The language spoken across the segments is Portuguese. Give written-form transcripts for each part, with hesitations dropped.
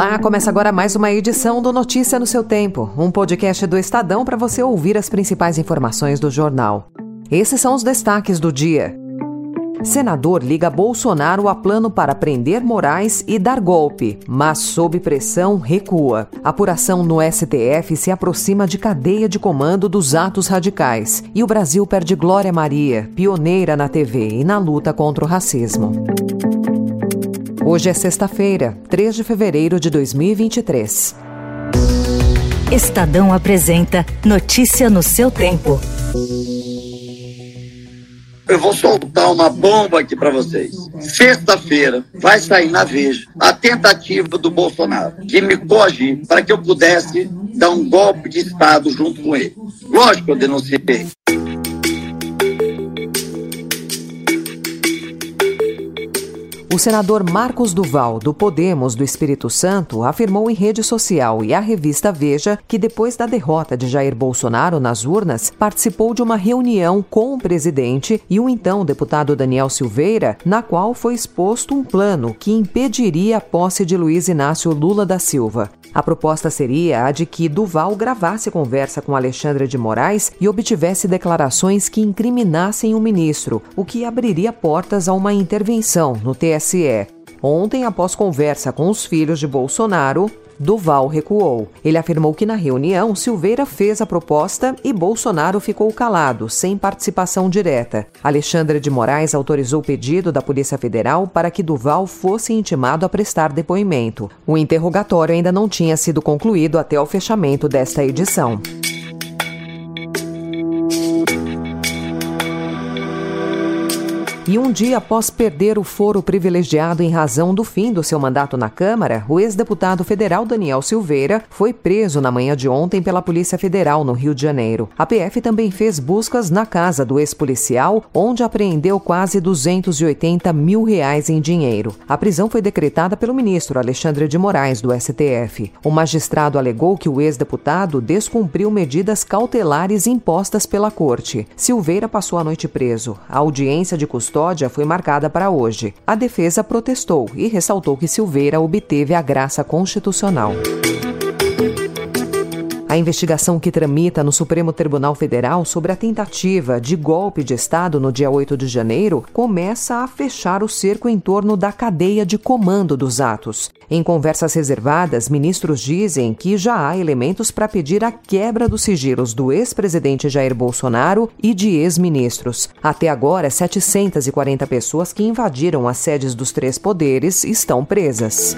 Olá, começa agora mais uma edição do Notícia no seu Tempo, um podcast do Estadão para você ouvir as principais informações do jornal. Esses são os destaques do dia. Senador liga Bolsonaro a plano para prender Moraes e dar golpe, mas sob pressão recua. Apuração no STF se aproxima de cadeia de comando dos atos radicais. E o Brasil perde Glória Maria, pioneira na TV e na luta contra o racismo. Hoje é sexta-feira, 3 de fevereiro de 2023. Estadão apresenta Notícia no seu tempo. Eu vou soltar uma bomba aqui para vocês. Sexta-feira vai sair na Veja a tentativa do Bolsonaro de me coagir para que eu pudesse dar um golpe de Estado junto com ele. Lógico que eu denunciei. O senador Marcos Duval, do Podemos do Espírito Santo, afirmou em rede social e à revista Veja que depois da derrota de Jair Bolsonaro nas urnas, participou de uma reunião com o presidente e o então deputado Daniel Silveira, na qual foi exposto um plano que impediria a posse de Luiz Inácio Lula da Silva. A proposta seria a de que Duval gravasse conversa com Alexandre de Moraes e obtivesse declarações que incriminassem o ministro, o que abriria portas a uma intervenção no TSE. Ontem, após conversa com os filhos de Bolsonaro, Duval recuou. Ele afirmou que na reunião Silveira fez a proposta e Bolsonaro ficou calado, sem participação direta. Alexandre de Moraes autorizou o pedido da Polícia Federal para que Duval fosse intimado a prestar depoimento. O interrogatório ainda não tinha sido concluído até o fechamento desta edição. E um dia após perder o foro privilegiado em razão do fim do seu mandato na Câmara, o ex-deputado federal Daniel Silveira foi preso na manhã de ontem pela Polícia Federal no Rio de Janeiro. A PF também fez buscas na casa do ex-policial, onde apreendeu quase R$280 mil em dinheiro. A prisão foi decretada pelo ministro Alexandre de Moraes, do STF. O magistrado alegou que o ex-deputado descumpriu medidas cautelares impostas pela corte. Silveira passou a noite preso. A audiência de custódia foi marcada para hoje. A defesa protestou e ressaltou que Silveira obteve a graça constitucional. A investigação que tramita no Supremo Tribunal Federal sobre a tentativa de golpe de Estado no dia 8 de janeiro começa a fechar o cerco em torno da cadeia de comando dos atos. Em conversas reservadas, ministros dizem que já há elementos para pedir a quebra dos sigilos do ex-presidente Jair Bolsonaro e de ex-ministros. Até agora, 740 pessoas que invadiram as sedes dos três poderes estão presas.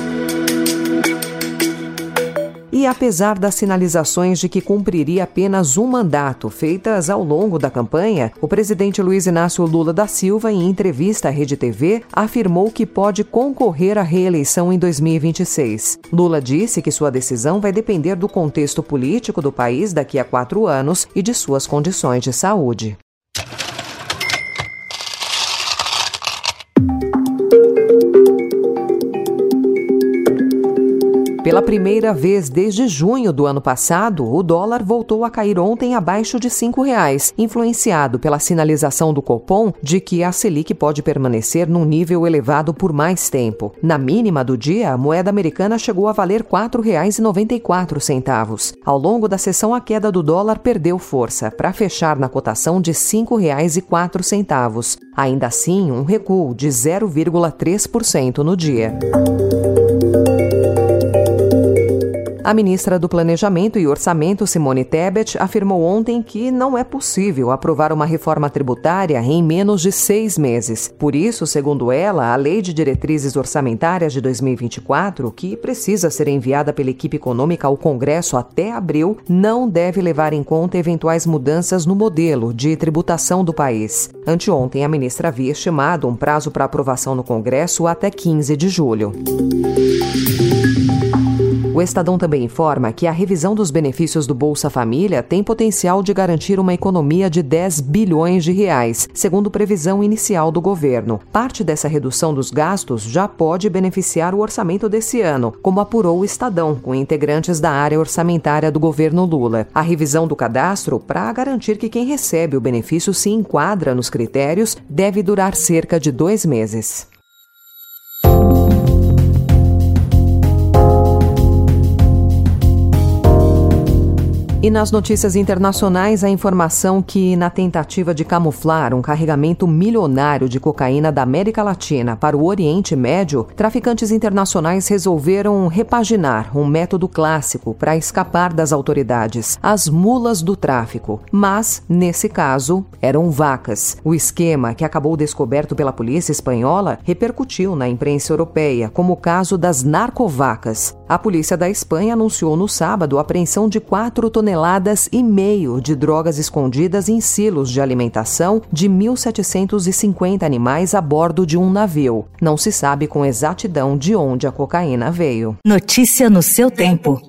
E apesar das sinalizações de que cumpriria apenas um mandato feitas ao longo da campanha, o presidente Luiz Inácio Lula da Silva, em entrevista à Rede TV, afirmou que pode concorrer à reeleição em 2026. Lula disse que sua decisão vai depender do contexto político do país daqui a 4 anos e de suas condições de saúde. Pela primeira vez desde junho do ano passado, o dólar voltou a cair ontem abaixo de R$5, influenciado pela sinalização do Copom de que a Selic pode permanecer num nível elevado por mais tempo. Na mínima do dia, a moeda americana chegou a valer R$ 4,94. Ao longo da sessão, a queda do dólar perdeu força, para fechar na cotação de R$ 5,04. Ainda assim, um recuo de 0,3% no dia. A ministra do Planejamento e Orçamento, Simone Tebet, afirmou ontem que não é possível aprovar uma reforma tributária em menos de 6 meses. Por isso, segundo ela, a Lei de Diretrizes Orçamentárias de 2024, que precisa ser enviada pela equipe econômica ao Congresso até abril, não deve levar em conta eventuais mudanças no modelo de tributação do país. Anteontem, a ministra havia estimado um prazo para aprovação no Congresso até 15 de julho. O Estadão também informa que a revisão dos benefícios do Bolsa Família tem potencial de garantir uma economia de R$10 bilhões, segundo previsão inicial do governo. Parte dessa redução dos gastos já pode beneficiar o orçamento desse ano, como apurou o Estadão, com integrantes da área orçamentária do governo Lula. A revisão do cadastro, para garantir que quem recebe o benefício se enquadra nos critérios, deve durar cerca de 2 meses. E nas notícias internacionais, a informação que, na tentativa de camuflar um carregamento milionário de cocaína da América Latina para o Oriente Médio, traficantes internacionais resolveram repaginar um método clássico para escapar das autoridades, as mulas do tráfico. Mas, nesse caso, eram vacas. O esquema, que acabou descoberto pela polícia espanhola, repercutiu na imprensa europeia, como o caso das narcovacas. A polícia da Espanha anunciou no sábado a apreensão de 4,5 toneladas de drogas escondidas em silos de alimentação de 1.750 animais a bordo de um navio. Não se sabe com exatidão de onde a cocaína veio. Notícia no seu tempo.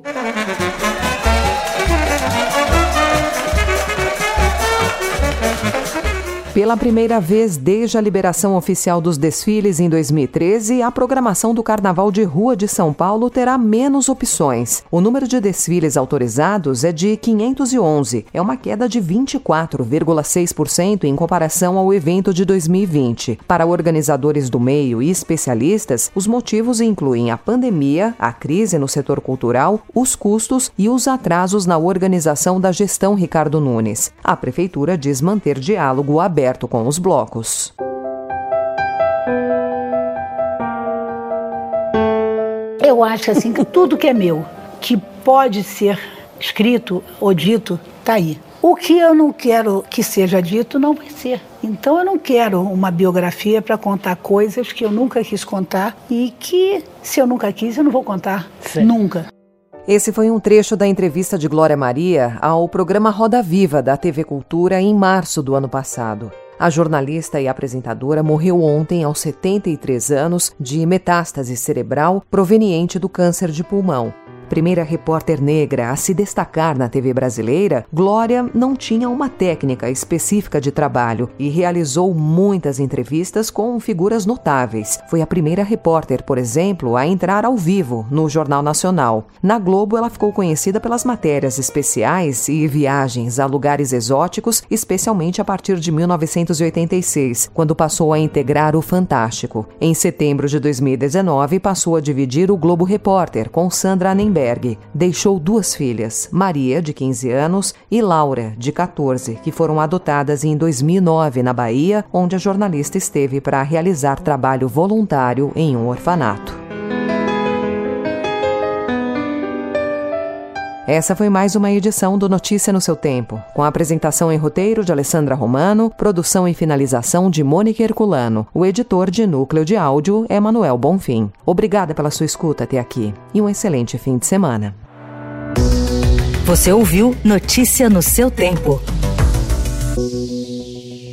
Pela primeira vez desde a liberação oficial dos desfiles em 2013, a programação do Carnaval de Rua de São Paulo terá menos opções. O número de desfiles autorizados é de 511, é uma queda de 24,6% em comparação ao evento de 2020. Para organizadores do meio e especialistas, os motivos incluem a pandemia, a crise no setor cultural, os custos e os atrasos na organização da gestão Ricardo Nunes. A prefeitura diz manter diálogo aberto com os blocos. Eu acho assim que tudo que é meu, que pode ser escrito ou dito, está aí. O que eu não quero que seja dito não vai ser. Então eu não quero uma biografia para contar coisas que eu nunca quis contar e que, se eu nunca quis, eu não vou contar. Sim. Nunca. Esse foi um trecho da entrevista de Glória Maria ao programa Roda Viva da TV Cultura em março do ano passado. A jornalista e apresentadora morreu ontem aos 73 anos de metástase cerebral proveniente do câncer de pulmão. Primeira repórter negra a se destacar na TV brasileira, Glória não tinha uma técnica específica de trabalho e realizou muitas entrevistas com figuras notáveis. Foi a primeira repórter, por exemplo, a entrar ao vivo no Jornal Nacional. Na Globo, ela ficou conhecida pelas matérias especiais e viagens a lugares exóticos, especialmente a partir de 1986, quando passou a integrar o Fantástico. Em setembro de 2019, passou a dividir o Globo Repórter com Sandra Anenberg. Deixou 2 filhas, Maria, de 15 anos, e Laura, de 14, que foram adotadas em 2009 na Bahia, onde a jornalista esteve para realizar trabalho voluntário em um orfanato. Essa foi mais uma edição do Notícia no seu Tempo, com a apresentação em roteiro de Alessandra Romano, produção e finalização de Mônica Herculano. O editor de núcleo de áudio é Manuel Bonfim. Obrigada pela sua escuta até aqui e um excelente fim de semana. Você ouviu Notícia no seu Tempo.